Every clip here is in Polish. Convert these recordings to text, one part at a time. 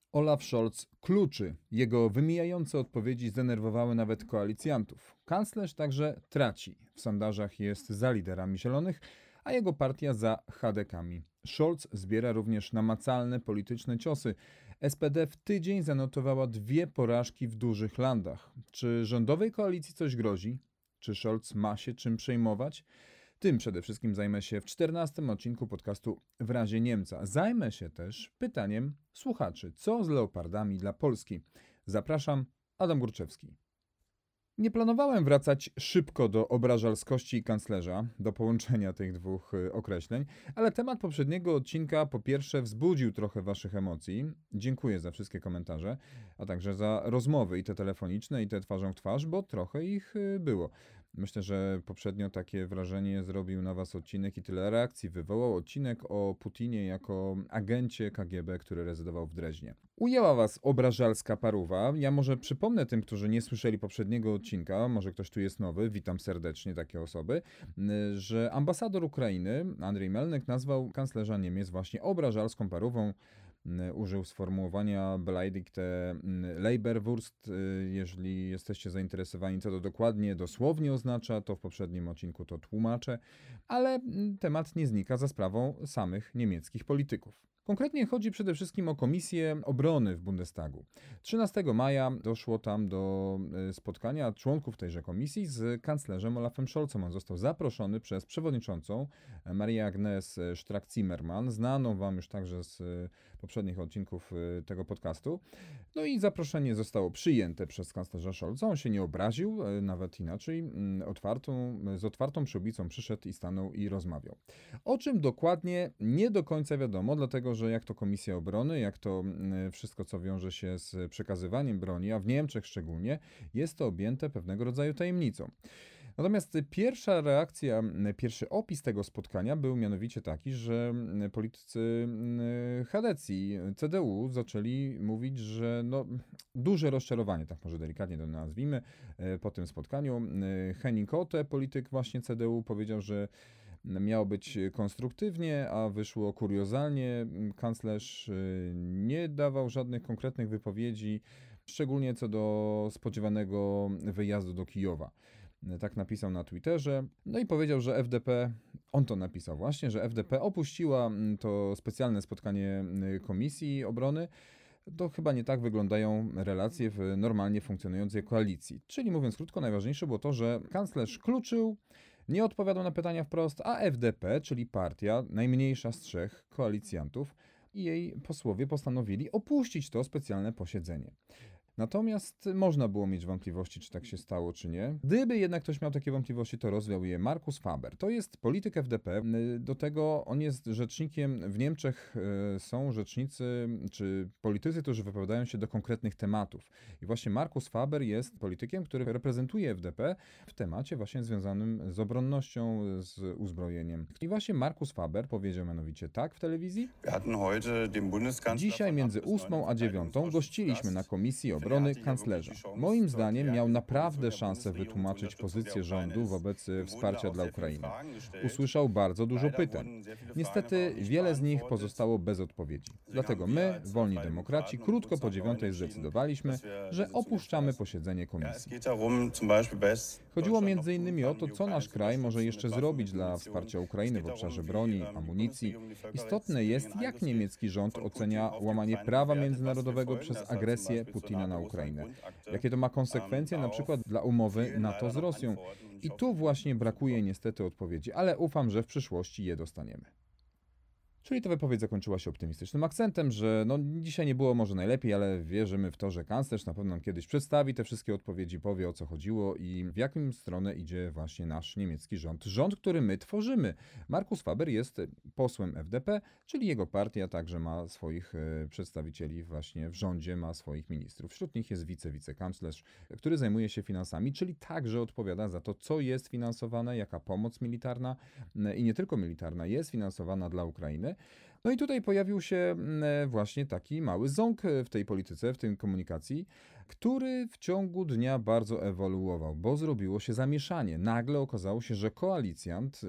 Olaf Scholz kluczy. Jego wymijające odpowiedzi zdenerwowały nawet koalicjantów. Kanclerz także traci. W sondażach jest za liderami zielonych, a jego partia za chadekami. Scholz zbiera również namacalne polityczne ciosy. SPD w tydzień zanotowała 2 porażki w dużych landach. Czy rządowej koalicji coś grozi? Czy Scholz ma się czym przejmować? Tym przede wszystkim zajmę się w 14 odcinku podcastu W razie Niemca. Zajmę się też pytaniem słuchaczy, co z leopardami dla Polski. Zapraszam, Adam Górczewski. Nie planowałem wracać szybko do obrażalskości kanclerza, do połączenia tych dwóch określeń, ale temat poprzedniego odcinka po pierwsze wzbudził trochę waszych emocji. Dziękuję za wszystkie komentarze, a także za rozmowy i te telefoniczne, i te twarzą w twarz, bo trochę ich było. Myślę, że poprzednio takie wrażenie zrobił na was odcinek i tyle reakcji wywołał odcinek o Putinie jako agencie KGB, który rezydował w Dreźnie. Ujęła was obrażalska paruwa. Ja może przypomnę tym, którzy nie słyszeli poprzedniego odcinka, może ktoś tu jest nowy, witam serdecznie takie osoby, że ambasador Ukrainy, Andrzej Melnyk, nazwał kanclerza Niemiec właśnie obrażalską parówą. Użył sformułowania Beleidigte Leberwurst. Jeżeli jesteście zainteresowani, co to dokładnie, dosłownie oznacza, to w poprzednim odcinku to tłumaczę, ale temat nie znika za sprawą samych niemieckich polityków. Konkretnie chodzi przede wszystkim o Komisję Obrony w Bundestagu. 13 maja doszło tam do spotkania członków tejże komisji z kanclerzem Olafem Scholzem. On został zaproszony przez przewodniczącą Marię Agnes Strack-Zimmermann, znaną wam już także z poprzednich odcinków tego podcastu. No i zaproszenie zostało przyjęte przez kanclerza Scholza. On się nie obraził, nawet inaczej. Z otwartą przyłbicą przyszedł i stanął i rozmawiał. O czym dokładnie nie do końca wiadomo, dlatego że jak to Komisja Obrony, jak to wszystko, co wiąże się z przekazywaniem broni, a w Niemczech szczególnie, jest to objęte pewnego rodzaju tajemnicą. Natomiast pierwsza reakcja, pierwszy opis tego spotkania był mianowicie taki, że politycy chadecji, CDU zaczęli mówić, że duże rozczarowanie, tak może delikatnie to nazwijmy, po tym spotkaniu. Henning Otte, polityk właśnie CDU, powiedział, że miało być konstruktywnie, a wyszło kuriozalnie. Kanclerz nie dawał żadnych konkretnych wypowiedzi, szczególnie co do spodziewanego wyjazdu do Kijowa. Tak napisał na Twitterze. No i powiedział, że FDP, on to napisał właśnie, że FDP opuściła to specjalne spotkanie Komisji Obrony. To chyba nie tak wyglądają relacje w normalnie funkcjonującej koalicji. Czyli mówiąc krótko, najważniejsze było to, że kanclerz kluczył, nie odpowiadał na pytania wprost, a FDP, czyli partia, najmniejsza z 3 koalicjantów, i jej posłowie postanowili opuścić to specjalne posiedzenie. Natomiast można było mieć wątpliwości, czy tak się stało, czy nie. Gdyby jednak ktoś miał takie wątpliwości, to rozwiał je Markus Faber. To jest polityk FDP. Do tego on jest rzecznikiem. W Niemczech są rzecznicy, czy politycy, którzy wypowiadają się do konkretnych tematów. I właśnie Markus Faber jest politykiem, który reprezentuje FDP w temacie właśnie związanym z obronnością, z uzbrojeniem. I właśnie Markus Faber powiedział mianowicie tak w telewizji. Dzisiaj między 8 a 9 gościliśmy na Komisji Obrony kanclerza. Moim zdaniem miał naprawdę szansę wytłumaczyć pozycję rządu wobec wsparcia dla Ukrainy. Usłyszał bardzo dużo pytań. Niestety wiele z nich pozostało bez odpowiedzi. Dlatego my, Wolni Demokraci, krótko po 9 zdecydowaliśmy, że opuszczamy posiedzenie komisji. Chodziło m.in. o to, co nasz kraj może jeszcze zrobić dla wsparcia Ukrainy w obszarze broni, amunicji. Istotne jest, jak niemiecki rząd ocenia łamanie prawa międzynarodowego przez agresję Putina na Ukrainę. Jakie to ma konsekwencje na przykład dla umowy NATO z Rosją. I tu właśnie brakuje niestety odpowiedzi, ale ufam, że w przyszłości je dostaniemy. Czyli ta wypowiedź zakończyła się optymistycznym akcentem, że dzisiaj nie było może najlepiej, ale wierzymy w to, że kanclerz na pewno nam kiedyś przedstawi te wszystkie odpowiedzi, powie o co chodziło i w jaką stronę idzie właśnie nasz niemiecki rząd. Rząd, który my tworzymy. Markus Faber jest posłem FDP, czyli jego partia także ma swoich przedstawicieli właśnie w rządzie, ma swoich ministrów. Wśród nich jest wicekanclerz, który zajmuje się finansami, czyli także odpowiada za to, co jest finansowane, jaka pomoc militarna i nie tylko militarna jest finansowana dla Ukrainy. No i tutaj pojawił się właśnie taki mały ząg w tej polityce, w tej komunikacji, który w ciągu dnia bardzo ewoluował, bo zrobiło się zamieszanie. Nagle okazało się, że koalicjant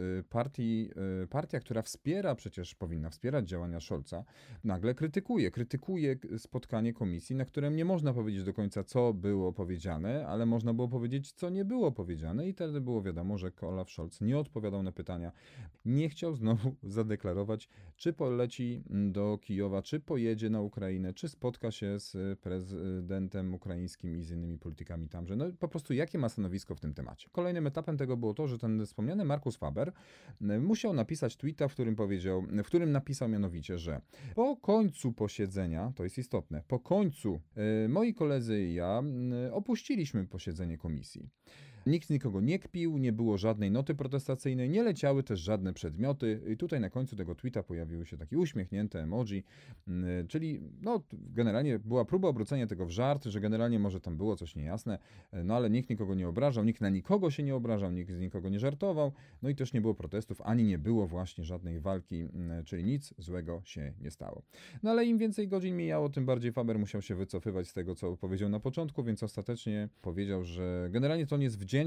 partia, która przecież powinna wspierać działania Scholza, nagle krytykuje spotkanie komisji, na którym nie można powiedzieć do końca, co było powiedziane, ale można było powiedzieć, co nie było powiedziane i wtedy było wiadomo, że Olaf Scholz nie odpowiadał na pytania. Nie chciał znowu zadeklarować, czy poleci do Kijowa, czy pojedzie na Ukrainę, czy spotka się z prezydentem ukraińskim i z innymi politykami tamże. No po prostu jakie ma stanowisko w tym temacie. Kolejnym etapem tego było to, że ten wspomniany Markus Faber musiał napisać tweeta, w którym napisał mianowicie, że po końcu posiedzenia, to jest istotne, po końcu moi koledzy i ja opuściliśmy posiedzenie komisji. Nikt nikogo nie kpił, nie było żadnej noty protestacyjnej, nie leciały też żadne przedmioty. I tutaj na końcu tego tweeta pojawiły się takie uśmiechnięte emoji, czyli no generalnie była próba obrócenia tego w żart, że generalnie może tam było coś niejasne, no ale nikt nikogo nie obrażał, nikt na nikogo się nie obrażał, nikt z nikogo nie żartował, no i też nie było protestów, ani nie było właśnie żadnej walki, czyli nic złego się nie stało. No ale im więcej godzin mijało, tym bardziej Faber musiał się wycofywać z tego, co powiedział na początku, więc ostatecznie powiedział, że generalnie to on jest wdzięczny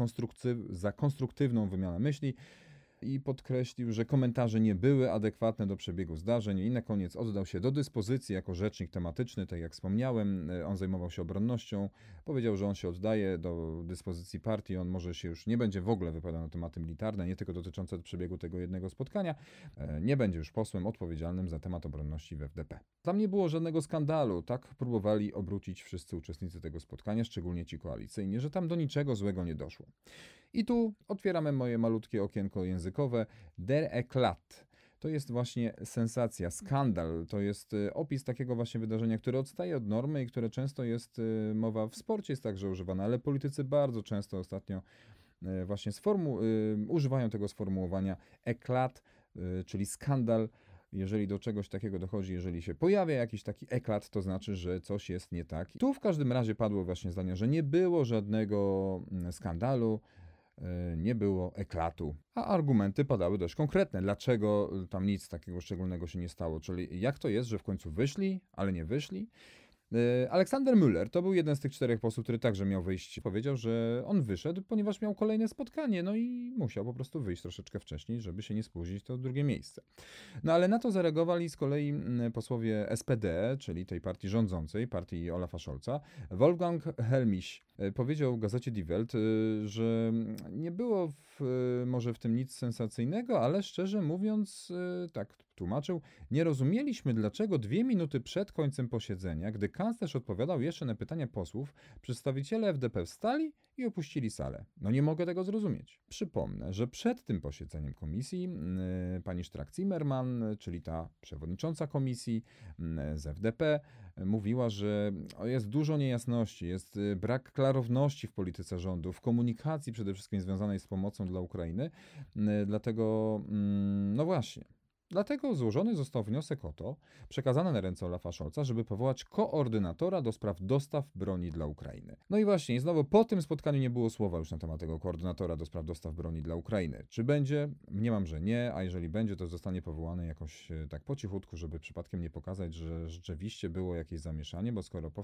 za konstruktywną wymianę myśli i podkreślił, że komentarze nie były adekwatne do przebiegu zdarzeń i na koniec oddał się do dyspozycji jako rzecznik tematyczny, tak jak wspomniałem. On zajmował się obronnością, powiedział, że on się oddaje do dyspozycji partii, on może się już nie będzie w ogóle wypowiadał na tematy militarne, nie tylko dotyczące przebiegu tego jednego spotkania, nie będzie już posłem odpowiedzialnym za temat obronności w FDP. Tam nie było żadnego skandalu, tak próbowali obrócić wszyscy uczestnicy tego spotkania, szczególnie ci koalicyjni, że tam do niczego złego nie doszło. I tu otwieramy moje malutkie okienko językowe. Der Eklat. To jest właśnie sensacja, skandal. To jest opis takiego właśnie wydarzenia, które odstaje od normy i które często jest, mowa w sporcie jest także używana, ale politycy bardzo często ostatnio właśnie używają tego sformułowania eklat, czyli skandal. Jeżeli do czegoś takiego dochodzi, jeżeli się pojawia jakiś taki eklat, to znaczy, że coś jest nie tak. Tu w każdym razie padło właśnie zdanie, że nie było żadnego skandalu, nie było eklatu, a argumenty padały dość konkretne. Dlaczego tam nic takiego szczególnego się nie stało? Czyli jak to jest, że w końcu wyszli, ale nie wyszli? Aleksander Müller to był jeden z tych 4 posłów, który także miał wyjść. Powiedział, że on wyszedł, ponieważ miał kolejne spotkanie, no i musiał po prostu wyjść troszeczkę wcześniej, żeby się nie spóźnić, to drugie miejsce. No ale na to zareagowali z kolei posłowie SPD, czyli tej partii rządzącej, partii Olafa Scholza. Wolfgang Helmisch powiedział w gazecie Die Welt, że nie było może w tym nic sensacyjnego, ale szczerze mówiąc, tak tłumaczył, nie rozumieliśmy, dlaczego 2 minuty przed końcem posiedzenia, gdy kanclerz odpowiadał jeszcze na pytania posłów, przedstawiciele FDP wstali i opuścili salę. No nie mogę tego zrozumieć. Przypomnę, że przed tym posiedzeniem komisji pani Strack-Zimmermann, czyli ta przewodnicząca komisji z FDP, mówiła, że jest dużo niejasności, jest brak klarowności w polityce rządu, w komunikacji przede wszystkim związanej z pomocą dla Ukrainy. Dlatego, no właśnie, dlatego złożony został wniosek o to, przekazany na ręce Olafa Scholza, żeby powołać koordynatora do spraw dostaw broni dla Ukrainy. No i właśnie, znowu po tym spotkaniu nie było słowa już na temat tego koordynatora do spraw dostaw broni dla Ukrainy. Czy będzie? Mniemam, że nie, a jeżeli będzie, to zostanie powołany jakoś tak po cichutku, żeby przypadkiem nie pokazać, że rzeczywiście było jakieś zamieszanie, bo skoro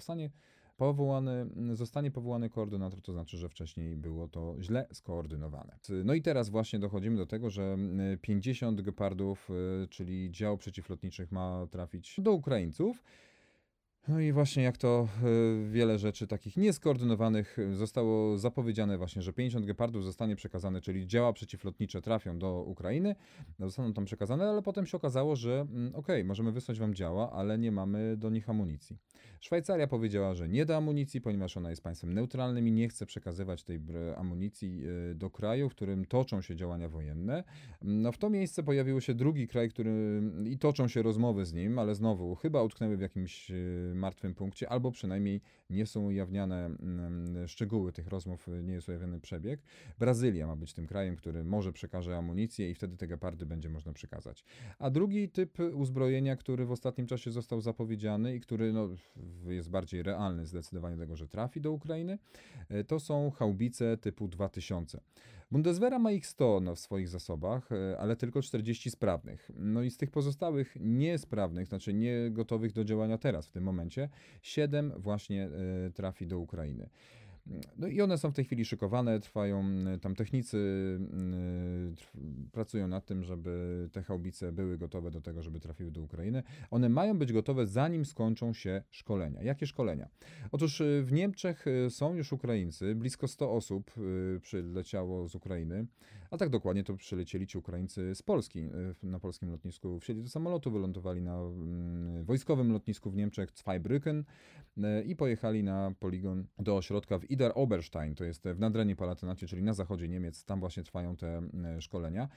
zostanie powołany koordynator, to znaczy, że wcześniej było to źle skoordynowane. No i teraz właśnie dochodzimy do tego, że 50 gepardów, czyli dział przeciwlotniczych, ma trafić do Ukraińców. No i właśnie jak to wiele rzeczy takich nieskoordynowanych zostało zapowiedziane właśnie, że 50 gepardów zostanie przekazane, czyli działa przeciwlotnicze trafią do Ukrainy, zostaną tam przekazane, ale potem się okazało, że możemy wysłać wam działa, ale nie mamy do nich amunicji. Szwajcaria powiedziała, że nie da amunicji, ponieważ ona jest państwem neutralnym i nie chce przekazywać tej amunicji do kraju, w którym toczą się działania wojenne. No w to miejsce pojawił się drugi kraj, i toczą się rozmowy z nim, ale znowu chyba utknęły w jakimś martwym punkcie, albo przynajmniej nie są ujawniane szczegóły tych rozmów, nie jest ujawniony przebieg. Brazylia ma być tym krajem, który może przekaże amunicję i wtedy te gepardy będzie można przekazać. A drugi typ uzbrojenia, który w ostatnim czasie został zapowiedziany i który jest bardziej realny zdecydowanie tego, że trafi do Ukrainy, to są haubice typu 2000. Bundeswehra ma ich 100 w swoich zasobach, ale tylko 40 sprawnych. No i z tych pozostałych niesprawnych, znaczy nie gotowych do działania teraz, w tym momencie, 7 właśnie trafi do Ukrainy. No i one są w tej chwili szykowane, trwają, tam technicy pracują nad tym, żeby te haubice były gotowe do tego, żeby trafiły do Ukrainy. One mają być gotowe, zanim skończą się szkolenia. Jakie szkolenia? Otóż w Niemczech są już Ukraińcy, blisko 100 osób przyleciało z Ukrainy, a tak dokładnie to przylecieli ci Ukraińcy z Polski. Na polskim lotnisku wsiedli do samolotu, wylądowali na wojskowym lotnisku w Niemczech Zweibrücken i pojechali na poligon do ośrodka w Idar-Oberstein, to jest w Nadrenii Palatynacie, czyli na zachodzie Niemiec, tam właśnie trwają te szkolenia.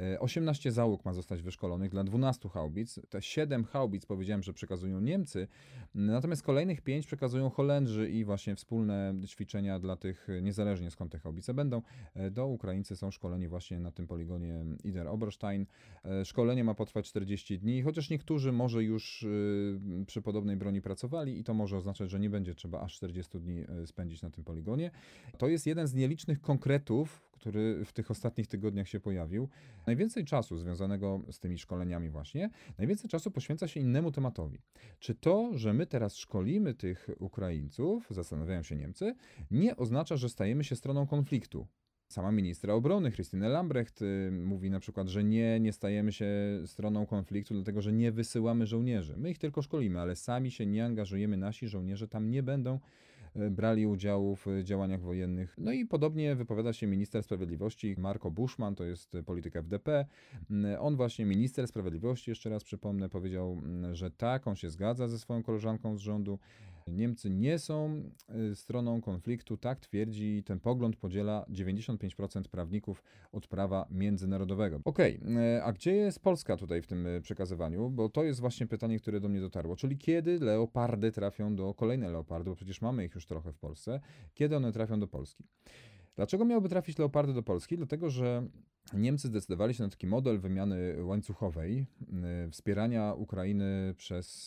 18 załóg ma zostać wyszkolonych dla 12 haubic. Te 7 haubic powiedziałem, że przekazują Niemcy, natomiast kolejnych 5 przekazują Holendrzy i właśnie wspólne ćwiczenia dla tych, niezależnie skąd te haubice będą, do Ukraińcy są szkoleni właśnie na tym poligonie Idar-Oberstein. Szkolenie ma potrwać 40 dni, chociaż niektórzy może już przy podobnej broni pracowali i to może oznaczać, że nie będzie trzeba aż 40 dni spędzić na tym poligonie. To jest jeden z nielicznych konkretów, który w tych ostatnich tygodniach się pojawił. Najwięcej czasu związanego z tymi szkoleniami właśnie, najwięcej czasu poświęca się innemu tematowi. Czy to, że my teraz szkolimy tych Ukraińców, zastanawiają się Niemcy, nie oznacza, że stajemy się stroną konfliktu? Sama ministra obrony Christine Lambrecht mówi na przykład, że nie stajemy się stroną konfliktu, dlatego że nie wysyłamy żołnierzy. My ich tylko szkolimy, ale sami się nie angażujemy, nasi żołnierze tam nie będą brali udziału w działaniach wojennych. No i podobnie wypowiada się minister sprawiedliwości Marco Buschmann, to jest polityk FDP. On właśnie, minister sprawiedliwości, jeszcze raz przypomnę, powiedział, że tak, on się zgadza ze swoją koleżanką z rządu. Niemcy nie są stroną konfliktu, tak twierdzi, ten pogląd podziela 95% prawników od prawa międzynarodowego. Okej, a gdzie jest Polska tutaj w tym przekazywaniu? Bo to jest właśnie pytanie, które do mnie dotarło. Czyli kiedy leopardy trafią kolejne leopardy, bo przecież mamy ich już trochę w Polsce, kiedy one trafią do Polski? Dlaczego miałyby trafić leopardy do Polski? Dlatego, że Niemcy zdecydowali się na taki model wymiany łańcuchowej, wspierania Ukrainy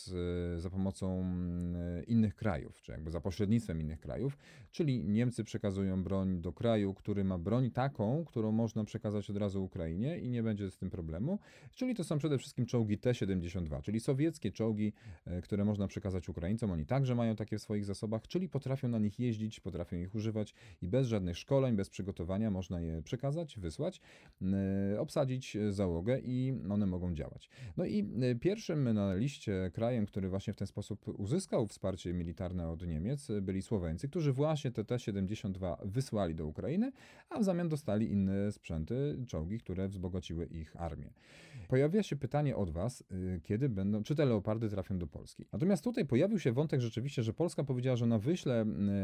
za pomocą innych krajów, czy jakby za pośrednictwem innych krajów, czyli Niemcy przekazują broń do kraju, który ma broń taką, którą można przekazać od razu Ukrainie i nie będzie z tym problemu, czyli to są przede wszystkim czołgi T-72, czyli sowieckie czołgi, które można przekazać Ukraińcom, oni także mają takie w swoich zasobach, czyli potrafią na nich jeździć, potrafią ich używać i bez żadnych szkoleń, bez przygotowania można je przekazać, wysłać, obsadzić załogę i one mogą działać. No i pierwszym na liście krajem, który właśnie w ten sposób uzyskał wsparcie militarne od Niemiec, byli Słoweńcy, którzy właśnie te T-72 wysłali do Ukrainy, a w zamian dostali inne sprzęty, czołgi, które wzbogaciły ich armię. Pojawia się pytanie od Was, czy te leopardy trafią do Polski. Natomiast tutaj pojawił się wątek rzeczywiście, że Polska powiedziała, że ona wyśle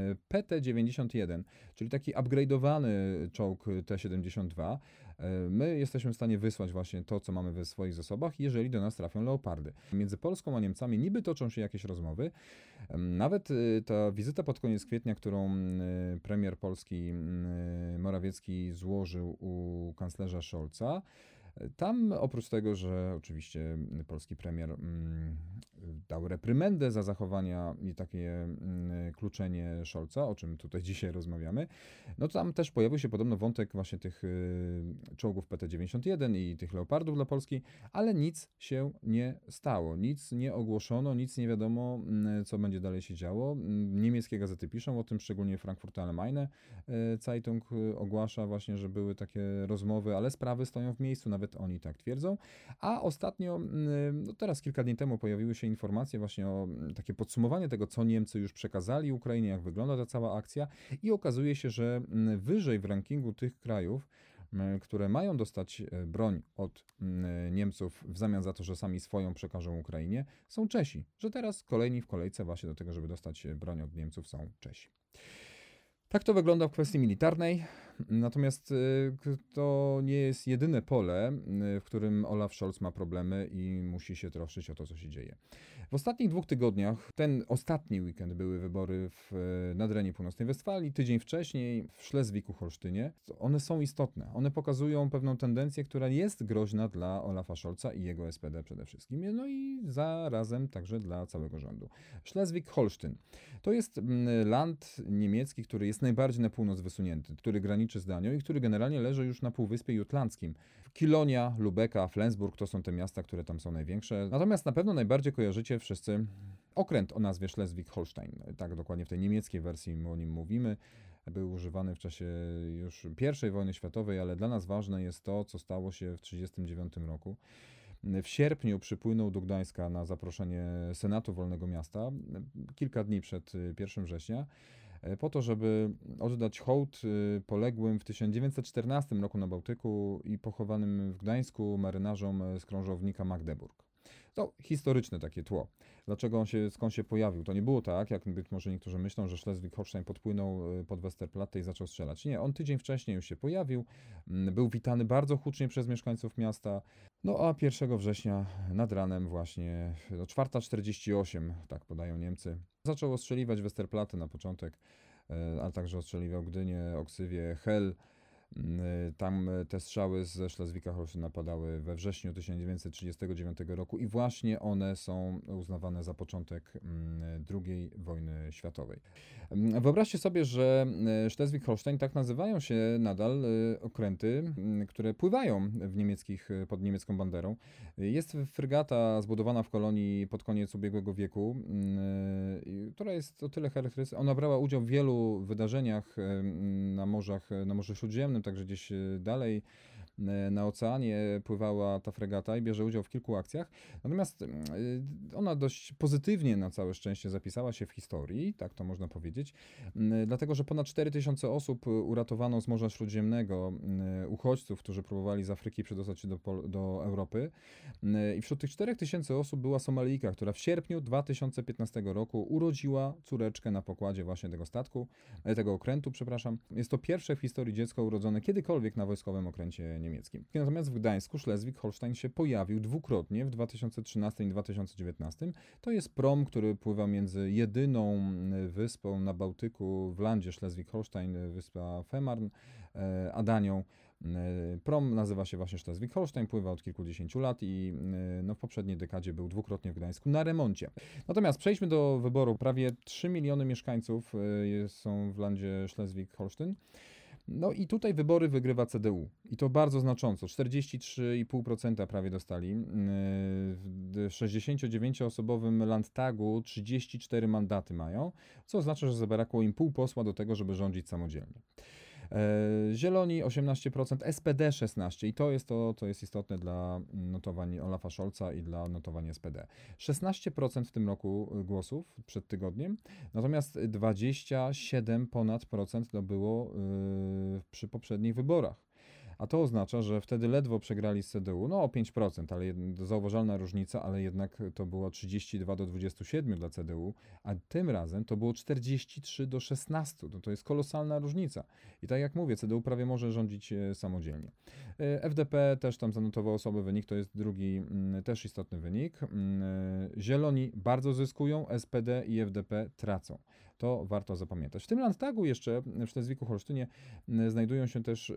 PT-91, czyli taki upgrade'owany czołg T-72. My jesteśmy w stanie wysłać właśnie to, co mamy we swoich zasobach, jeżeli do nas trafią leopardy. Między Polską a Niemcami niby toczą się jakieś rozmowy. Nawet ta wizyta pod koniec kwietnia, którą premier Polski Morawiecki złożył u kanclerza Scholza, tam oprócz tego, że oczywiście polski premier dał reprymendę za zachowania i takie kluczenie Scholza, o czym tutaj dzisiaj rozmawiamy, no to tam też pojawił się podobno wątek właśnie tych czołgów PT-91 i tych leopardów dla Polski, ale nic się nie stało, nic nie ogłoszono, nic nie wiadomo, co będzie dalej się działo. Niemieckie gazety piszą o tym, szczególnie Frankfurter Allgemeine Zeitung ogłasza właśnie, że były takie rozmowy, ale sprawy stoją w miejscu, nawet oni tak twierdzą. A ostatnio, no teraz kilka dni temu pojawiły się informacje właśnie o takie podsumowanie tego, co Niemcy już przekazali Ukrainie, jak wygląda ta cała akcja i okazuje się, że wyżej w rankingu tych krajów, które mają dostać broń od Niemców w zamian za to, że sami swoją przekażą Ukrainie, są Czesi. Że teraz kolejni w kolejce właśnie do tego, żeby dostać broń od Niemców, są Czesi. Tak to wygląda w kwestii militarnej, natomiast to nie jest jedyne pole, w którym Olaf Scholz ma problemy i musi się troszczyć o to, co się dzieje. W ostatnich 2 tygodniach, ten ostatni weekend były wybory w Nadrenii Północnej Westfalii, tydzień wcześniej w Szlezwiku-Holsztynie. One są istotne. One pokazują pewną tendencję, która jest groźna dla Olafa Scholza i jego SPD przede wszystkim, no i zarazem także dla całego rządu. Szlezwik-Holsztyn to jest land niemiecki, który jest najbardziej na północ wysunięty, który graniczy górniczy zdaniu i który generalnie leży już na Półwyspie Jutlandzkim. Kilonia, Lübecka, Flensburg to są te miasta, które tam są największe. Natomiast na pewno najbardziej kojarzycie wszyscy okręt o nazwie Schleswig-Holstein. Tak dokładnie w tej niemieckiej wersji o nim mówimy. Był używany w czasie już I wojny światowej, ale dla nas ważne jest to, co stało się w 1939 roku. W sierpniu przypłynął do Gdańska na zaproszenie Senatu Wolnego Miasta, kilka dni przed 1 września, po to, żeby oddać hołd poległym w 1914 roku na Bałtyku i pochowanym w Gdańsku marynarzom z krążownika Magdeburg. To historyczne takie tło. Skąd się pojawił? To nie było tak, jak być może niektórzy myślą, że Schleswig-Holstein podpłynął pod Westerplatte i zaczął strzelać. Nie, on tydzień wcześniej już się pojawił, był witany bardzo hucznie przez mieszkańców miasta. No a 1 września nad ranem właśnie, 4:48, tak podają Niemcy, zaczął ostrzeliwać Westerplatte na początek, ale także ostrzeliwał Gdynię, Oksywię, Hel. Tam te strzały ze Schleswika-Holstein napadały we wrześniu 1939 roku i właśnie one są uznawane za początek II wojny światowej. Wyobraźcie sobie, że Schleswig-Holstein, tak nazywają się nadal okręty, które pływają pod niemiecką banderą. Jest frygata zbudowana w kolonii pod koniec ubiegłego wieku, która jest o tyle charakterystyczna. Ona brała udział w wielu wydarzeniach na Morzu Śródziemnym, także gdzieś dalej na oceanie pływała ta fregata i bierze udział w kilku akcjach. Natomiast ona dość pozytywnie, na całe szczęście, zapisała się w historii, tak to można powiedzieć, dlatego że ponad 4000 osób uratowano z Morza Śródziemnego, uchodźców, którzy próbowali z Afryki przedostać się do Europy. I wśród tych 4000 osób była Somalijka, która w sierpniu 2015 roku urodziła córeczkę na pokładzie właśnie tego okrętu, przepraszam. Jest to pierwsze w historii dziecko urodzone kiedykolwiek na wojskowym okręcie niemieckim. Natomiast w Gdańsku Schleswig-Holstein się pojawił dwukrotnie w 2013 i 2019. To jest prom, który pływa między jedyną wyspą na Bałtyku w landzie Schleswig-Holstein, wyspa Fehmarn, a Danią. Prom nazywa się właśnie Schleswig-Holstein, pływa od kilkudziesięciu lat i w poprzedniej dekadzie był dwukrotnie w Gdańsku na remoncie. Natomiast przejdźmy do wyboru. Prawie 3 miliony mieszkańców są w landzie Schleswig-Holstein. No i tutaj wybory wygrywa CDU. I to bardzo znacząco. 43,5% prawie dostali. W 69-osobowym Landtagu 34 mandaty mają, co oznacza, że zabrakło im pół posła do tego, żeby rządzić samodzielnie. Zieloni 18%, SPD 16% i to jest istotne dla notowań Olafa Scholza i dla notowań SPD. 16% w tym roku głosów przed tygodniem, natomiast 27% ponad to było przy poprzednich wyborach. A to oznacza, że wtedy ledwo przegrali z CDU, no o 5%, ale zauważalna różnica, ale jednak to było 32-27 dla CDU, a tym razem to było 43-16. To jest kolosalna różnica. I tak jak mówię, CDU prawie może rządzić samodzielnie. FDP też tam zanotował słaby wynik, to jest drugi też istotny wynik. Zieloni bardzo zyskują, SPD i FDP tracą. To warto zapamiętać. W tym Landtagu jeszcze w Schleswigu-Holsztynie znajduje się też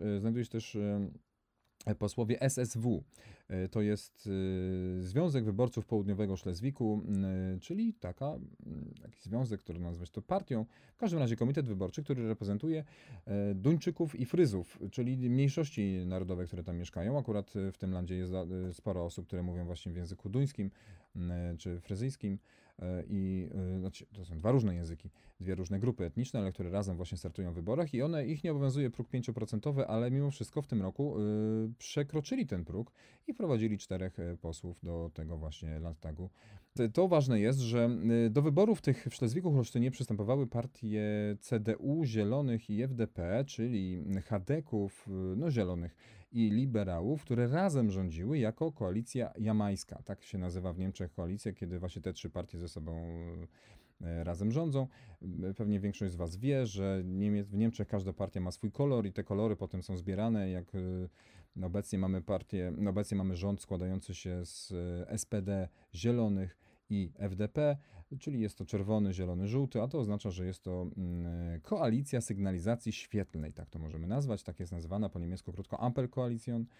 posłowie SSW. To jest Związek Wyborców Południowego Szlezwiku, czyli taki związek, który nazwać to partią. W każdym razie komitet wyborczy, który reprezentuje Duńczyków i Fryzów, czyli mniejszości narodowe, które tam mieszkają. Akurat w tym landzie jest sporo osób, które mówią właśnie w języku duńskim czy fryzyjskim. Znaczy, to są dwa różne języki, dwie różne grupy etniczne, ale które razem właśnie startują w wyborach i ich nie obowiązuje próg 5%, ale mimo wszystko w tym roku przekroczyli ten próg i wprowadzili 4 posłów do tego właśnie Landtagu. To ważne jest, że do wyborów tych w Szlezwigu-Holsztynie przystępowały partie CDU, Zielonych i FDP, czyli chadeków, Zielonych i liberałów, które razem rządziły jako koalicja jamańska. Tak się nazywa w Niemczech koalicja, kiedy właśnie te 3 partie ze sobą razem rządzą. Pewnie większość z Was wie, że w Niemczech każda partia ma swój kolor i te kolory potem są zbierane. Jak obecnie mamy rząd składający się z SPD, Zielonych i FDP, czyli jest to czerwony, zielony, żółty, a to oznacza, że jest to koalicja sygnalizacji świetlnej, tak to możemy nazwać, tak jest nazywana po niemiecku krótko Ampelkoalition.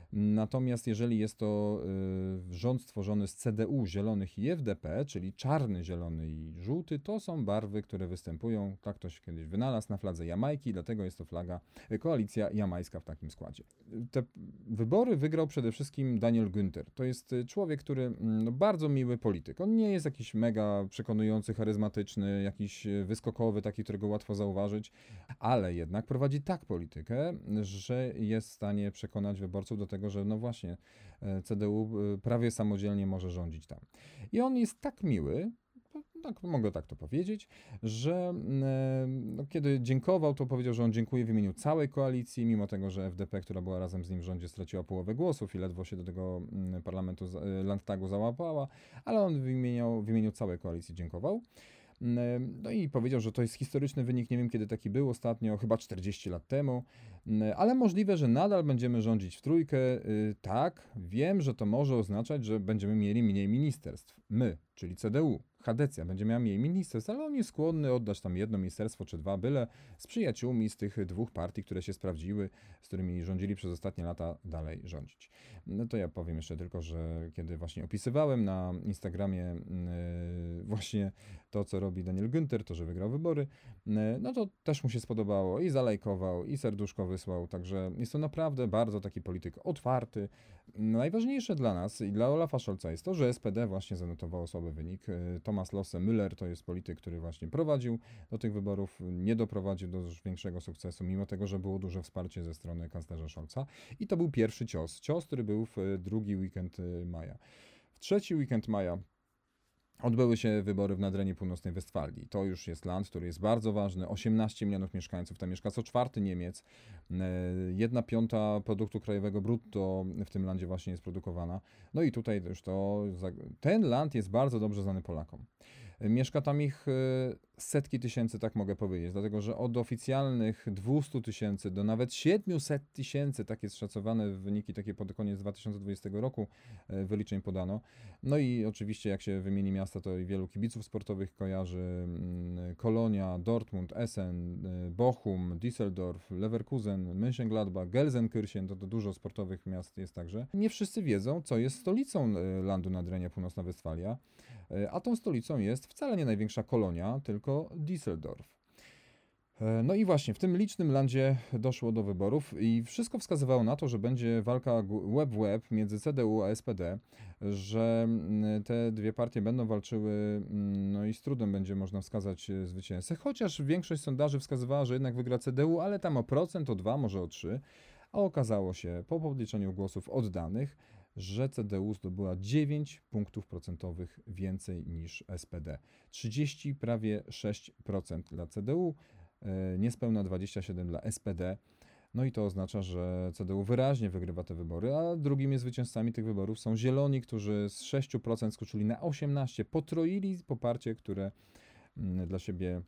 Natomiast jeżeli jest to rząd stworzony z CDU, Zielonych i FDP, czyli czarny, zielony i żółty, to są barwy, które występują, tak ktoś kiedyś wynalazł, na fladze Jamajki, dlatego jest to koalicja jamańska w takim składzie. Te wybory wygrał przede wszystkim Daniel Günther. To jest człowiek, który bardzo miły polityk. On nie jest jakiś mega przekonujący, charyzmatyczny, jakiś wyskokowy, taki, którego łatwo zauważyć, ale jednak prowadzi tak politykę, że jest w stanie przekonać wyborców do tego, że no właśnie CDU prawie samodzielnie może rządzić tam. I on jest tak miły, tak, mogę tak to powiedzieć, że kiedy dziękował, to powiedział, że on dziękuje w imieniu całej koalicji, mimo tego, że FDP, która była razem z nim w rządzie, straciła połowę głosów i ledwo się do tego parlamentu, Landtagu załapała, ale on w imieniu całej koalicji dziękował. No i powiedział, że to jest historyczny wynik, nie wiem kiedy taki był ostatnio, chyba 40 lat temu, ale możliwe, że nadal będziemy rządzić w trójkę. Tak, wiem, że to może oznaczać, że będziemy mieli mniej ministerstw. My, czyli CDU, Chadecja będzie miała mniej ministerstw, ale on jest skłonny oddać tam jedno ministerstwo czy dwa, byle z przyjaciółmi z tych dwóch partii, które się sprawdziły, z którymi rządzili przez ostatnie lata, dalej rządzić. No to ja powiem jeszcze tylko, że kiedy właśnie opisywałem na Instagramie właśnie to, co robi Daniel Günther, to, że wygrał wybory, no to też mu się spodobało i zalajkował, i serduszko wysłał, także jest to naprawdę bardzo taki polityk otwarty. Najważniejsze dla nas i dla Olafa Scholza jest to, że SPD właśnie zanotowało słaby wynik. Thomas Losse Müller to jest polityk, który właśnie prowadził do tych wyborów, nie doprowadził do większego sukcesu, mimo tego, że było duże wsparcie ze strony kanclerza Scholza. I to był pierwszy cios, który był w drugi weekend maja. W trzeci weekend maja odbyły się wybory w Nadrenii Północnej Westfalii. To już jest land, który jest bardzo ważny. 18 milionów mieszkańców, tam mieszka co czwarty Niemiec. 1/5 produktu krajowego brutto w tym landzie właśnie jest produkowana. No i tutaj już ten land jest bardzo dobrze znany Polakom. Mieszka tam ich setki tysięcy, tak mogę powiedzieć, dlatego że od oficjalnych 200 000 do nawet 700 000, tak jest szacowane wyniki takie pod koniec 2020 roku wyliczeń podano. No i oczywiście jak się wymieni miasta, to i wielu kibiców sportowych kojarzy Kolonia, Dortmund, Essen, Bochum, Düsseldorf, Leverkusen, Mönchengladbach, Gelsenkirchen, to dużo sportowych miast jest także. Nie wszyscy wiedzą, co jest stolicą landu Nadrenia Północna Westfalia, a tą stolicą jest wcale nie największa Kolonia, tylko Düsseldorf. No i właśnie w tym licznym landzie doszło do wyborów i wszystko wskazywało na to, że będzie walka łeb w łeb między CDU a SPD, że te dwie partie będą walczyły, no i z trudem będzie można wskazać zwycięzcę, chociaż większość sondaży wskazywała, że jednak wygra CDU, ale tam o procent, o 2, może o 3, a okazało się po podliczeniu głosów oddanych, że CDU zdobyła 9 punktów procentowych więcej niż SPD. 30, prawie 6% dla CDU, niespełna 27 dla SPD. No i to oznacza, że CDU wyraźnie wygrywa te wybory, a drugimi zwycięzcami tych wyborów są Zieloni, którzy z 6% skoczyli na 18%, potroili poparcie, które dla siebie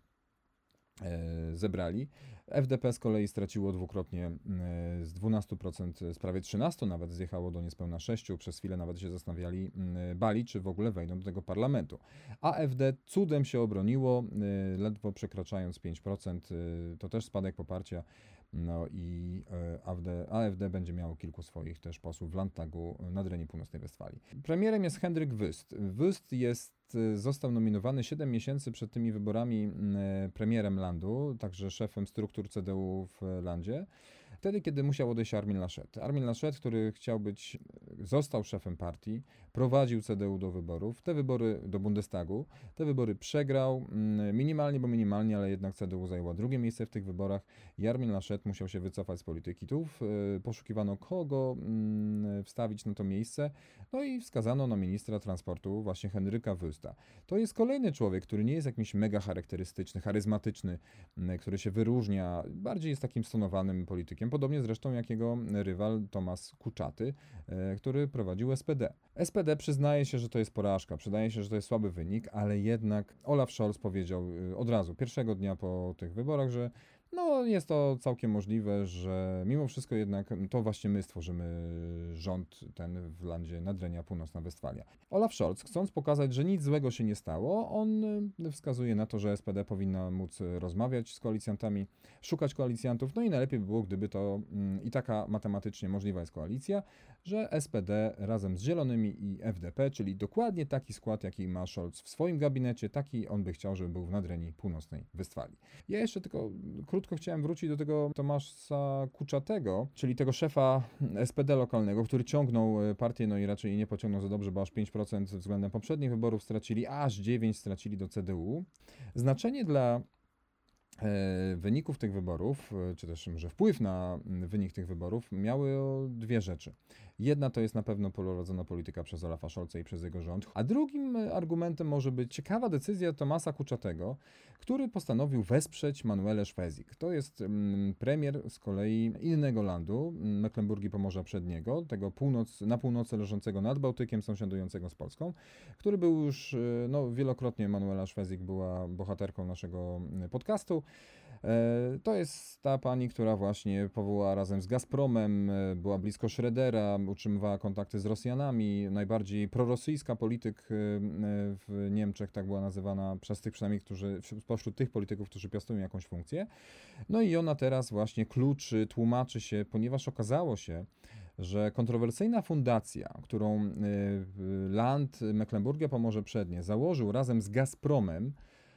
zebrali. FDP z kolei straciło dwukrotnie z 12%, z prawie 13% nawet zjechało do niespełna 6%. Przez chwilę nawet się bali, czy w ogóle wejdą do tego parlamentu. AfD cudem się obroniło, ledwo przekraczając 5%. To też spadek poparcia. No i AfD będzie miało kilku swoich też posłów w Landtagu Nadrenii Północnej Westfalii. Premierem jest Hendrik Wüst. Wüst został nominowany 7 miesięcy przed tymi wyborami premierem landu, także szefem struktur CDU w landzie, wtedy, kiedy musiał odejść Armin Laschet. Armin Laschet, który został szefem partii, prowadził CDU do wyborów, do Bundestagu. Te wybory przegrał, minimalnie, ale jednak CDU zajęła drugie miejsce w tych wyborach i Armin Laschet musiał się wycofać z polityki. Tu poszukiwano kogo wstawić na to miejsce, no i wskazano na ministra transportu właśnie Henryka Wüsta. To jest kolejny człowiek, który nie jest jakimś mega charakterystyczny, charyzmatyczny, który się wyróżnia, bardziej jest takim stonowanym politykiem, podobnie zresztą jak jego rywal Tomasz Kuczaty, który prowadził SPD. SPD przyznaje się, że to jest porażka, przyznaje się, że to jest słaby wynik, ale jednak Olaf Scholz powiedział od razu, pierwszego dnia po tych wyborach, że No, jest to całkiem możliwe, że mimo wszystko jednak to właśnie my stworzymy rząd ten w landzie Nadrenia Północna Westfalia. Olaf Scholz, chcąc pokazać, że nic złego się nie stało, on wskazuje na to, że SPD powinna móc rozmawiać z koalicjantami, szukać koalicjantów, no i najlepiej by było, gdyby to i taka matematycznie możliwa jest koalicja, że SPD razem z Zielonymi i FDP, czyli dokładnie taki skład, jaki ma Scholz w swoim gabinecie, taki on by chciał, żeby był w Nadrenii Północnej Westfalii. Ja jeszcze tylko krótko chciałem wrócić do tego Tomasza Kuczatego, czyli tego szefa SPD lokalnego, który ciągnął partię, no i raczej nie pociągnął za dobrze, bo aż 5% względem poprzednich wyborów stracili, aż 9% stracili do CDU. Znaczenie dla wyników tych wyborów, czy też może wpływ na wynik tych wyborów miały dwie rzeczy. Jedna to jest na pewno prowadzona polityka przez Olafa Scholza i przez jego rząd, a drugim argumentem może być ciekawa decyzja Tomasza Kuczatego, który postanowił wesprzeć Manuelę Schwesig. To jest premier z kolei innego landu, Mecklenburgii Pomorza Przedniego, tego na północy leżącego nad Bałtykiem, sąsiadującego z Polską, który był już, wielokrotnie Manuela Schwesig była bohaterką naszego podcastu. To jest ta pani, która właśnie powołała razem z Gazpromem, była blisko Schrödera, utrzymywała kontakty z Rosjanami, najbardziej prorosyjska polityk w Niemczech, tak była nazywana przez tych przynajmniej, spośród tych polityków, którzy piastują jakąś funkcję. No i ona teraz właśnie tłumaczy się, ponieważ okazało się, że kontrowersyjna fundacja, którą Land Mecklenburgia Pomorze Przednie założył razem z Gazpromem,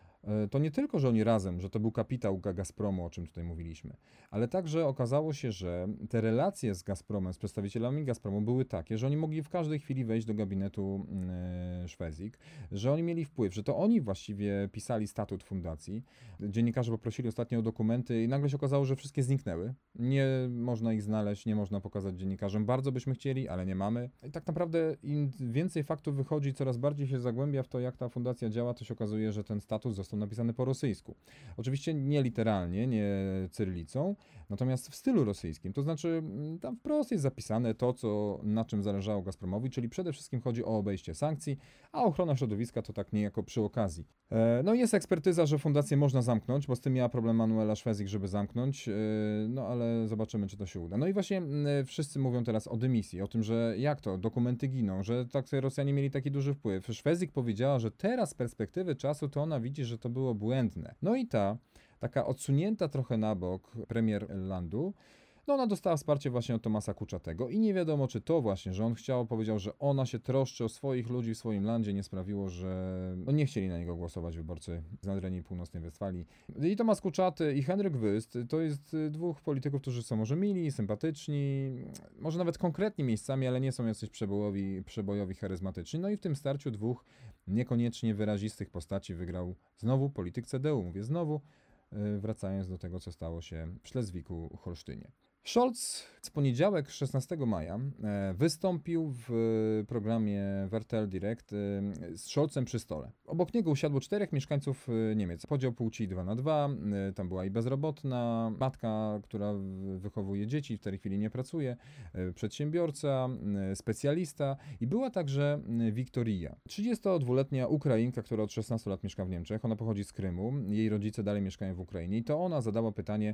to nie tylko, że oni razem, że to był kapitał Gazpromu, o czym tutaj mówiliśmy, ale także okazało się, że te relacje z Gazpromem, z przedstawicielami Gazpromu były takie, że oni mogli w każdej chwili wejść do gabinetu Schwesig, że oni mieli wpływ, że to oni właściwie pisali statut fundacji. Dziennikarze poprosili ostatnio o dokumenty i nagle się okazało, że wszystkie zniknęły. Nie można ich znaleźć, nie można pokazać dziennikarzom. Bardzo byśmy chcieli, ale nie mamy. I tak naprawdę im więcej faktów wychodzi, coraz bardziej się zagłębia w to, jak ta fundacja działa, to się okazuje, że ten statut został napisany po rosyjsku. Oczywiście nie literalnie, nie cyrylicą, natomiast w stylu rosyjskim. To znaczy tam wprost jest zapisane to, na czym zależało Gazpromowi, czyli przede wszystkim chodzi o obejście sankcji, a ochrona środowiska to tak niejako przy okazji. No i jest ekspertyza, że fundację można zamknąć, bo z tym miała problem Manuela Schwesig, żeby zamknąć, no ale zobaczymy, czy to się uda. No i właśnie wszyscy mówią teraz o dymisji, o tym, że jak to, dokumenty giną, że tak Rosjanie mieli taki duży wpływ. Schwesig powiedziała, że teraz z perspektywy czasu to ona widzi, że to było błędne. No i taka odsunięta trochę na bok premier landu, no ona dostała wsparcie właśnie od Tomasza Kuczatego i nie wiadomo, czy to właśnie, że on powiedział, że ona się troszczy o swoich ludzi w swoim landzie, nie sprawiło, że nie chcieli na niego głosować wyborcy z Nadrenii Północnej Westfalii. I Tomasz Kuczaty i Henryk Wüst to jest dwóch polityków, którzy są może mili, sympatyczni, może nawet konkretni miejscami, ale nie są jacyś przebojowi, charyzmatyczni. No i w tym starciu dwóch niekoniecznie wyrazistych postaci wygrał znowu polityk CDU. Mówię znowu, wracając do tego, co stało się w Szlezwiku-Holsztynie. Scholz w poniedziałek 16 maja wystąpił w programie Vertel Direct z Scholzem przy stole. Obok niego usiadło 4 mieszkańców Niemiec. Podział płci 2:2, tam była i bezrobotna, matka, która wychowuje dzieci, w tej chwili nie pracuje, przedsiębiorca, specjalista i była także Wiktoria, 32-letnia Ukrainka, która od 16 lat mieszka w Niemczech. Ona pochodzi z Krymu, jej rodzice dalej mieszkają w Ukrainie i to ona zadała pytanie,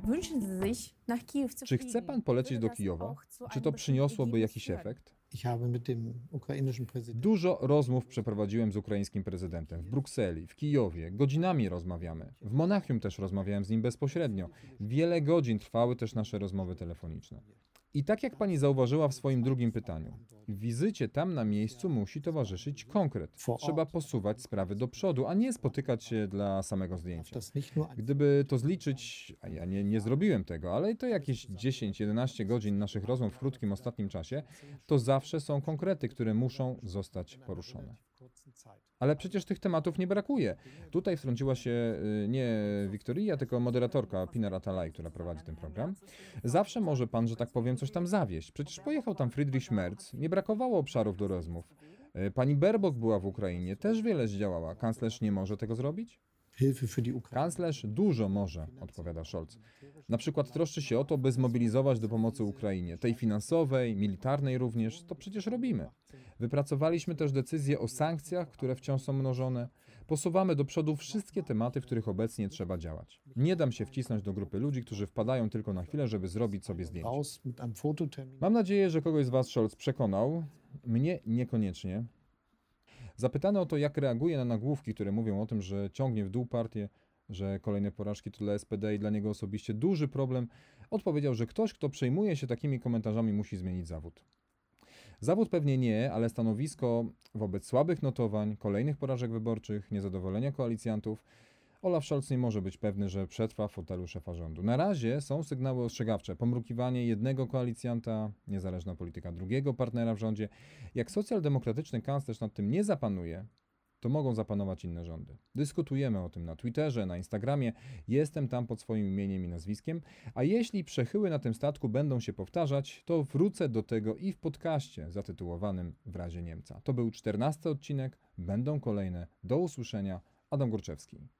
czy chce pan polecieć do Kijowa? Czy to przyniosłoby jakiś efekt? Dużo rozmów przeprowadziłem z ukraińskim prezydentem w Brukseli, w Kijowie, godzinami rozmawiamy. W Monachium też rozmawiałem z nim bezpośrednio. Wiele godzin trwały też nasze rozmowy telefoniczne. I tak jak pani zauważyła w swoim drugim pytaniu, wizycie tam na miejscu musi towarzyszyć konkret. Trzeba posuwać sprawy do przodu, a nie spotykać się dla samego zdjęcia. Gdyby to zliczyć, a ja nie zrobiłem tego, ale to jakieś 10-11 godzin naszych rozmów w krótkim ostatnim czasie, to zawsze są konkrety, które muszą zostać poruszone. Ale przecież tych tematów nie brakuje. Tutaj wtrąciła się nie Wiktoria, tylko moderatorka Pinar Atalay, która prowadzi ten program. Zawsze może pan, że tak powiem, coś tam zawieść. Przecież pojechał tam Friedrich Merz, nie brakowało obszarów do rozmów. Pani Baerbock była w Ukrainie, też wiele zdziałała. Kanclerz nie może tego zrobić? Kanclerz dużo może, odpowiada Scholz. Na przykład troszczy się o to, by zmobilizować do pomocy Ukrainie, tej finansowej, militarnej również, to przecież robimy. Wypracowaliśmy też decyzje o sankcjach, które wciąż są mnożone. Posuwamy do przodu wszystkie tematy, w których obecnie trzeba działać. Nie dam się wcisnąć do grupy ludzi, którzy wpadają tylko na chwilę, żeby zrobić sobie zdjęcie. Mam nadzieję, że kogoś z Was Scholz przekonał. Mnie niekoniecznie. Zapytany o to, jak reaguje na nagłówki, które mówią o tym, że ciągnie w dół partię, że kolejne porażki to dla SPD i dla niego osobiście duży problem, odpowiedział, że ktoś, kto przejmuje się takimi komentarzami, musi zmienić zawód. Zawód pewnie nie, ale stanowisko wobec słabych notowań, kolejnych porażek wyborczych, niezadowolenia koalicjantów, Olaf Scholz nie może być pewny, że przetrwa w fotelu szefa rządu. Na razie są sygnały ostrzegawcze. Pomrukiwanie jednego koalicjanta, niezależna polityka drugiego partnera w rządzie. Jak socjaldemokratyczny kanclerz nad tym nie zapanuje, to mogą zapanować inne rządy. Dyskutujemy o tym na Twitterze, na Instagramie, jestem tam pod swoim imieniem i nazwiskiem, a jeśli przechyły na tym statku będą się powtarzać, to wrócę do tego i w podcaście zatytułowanym W razie Niemca. To był 14 odcinek, będą kolejne. Do usłyszenia. Adam Górczewski.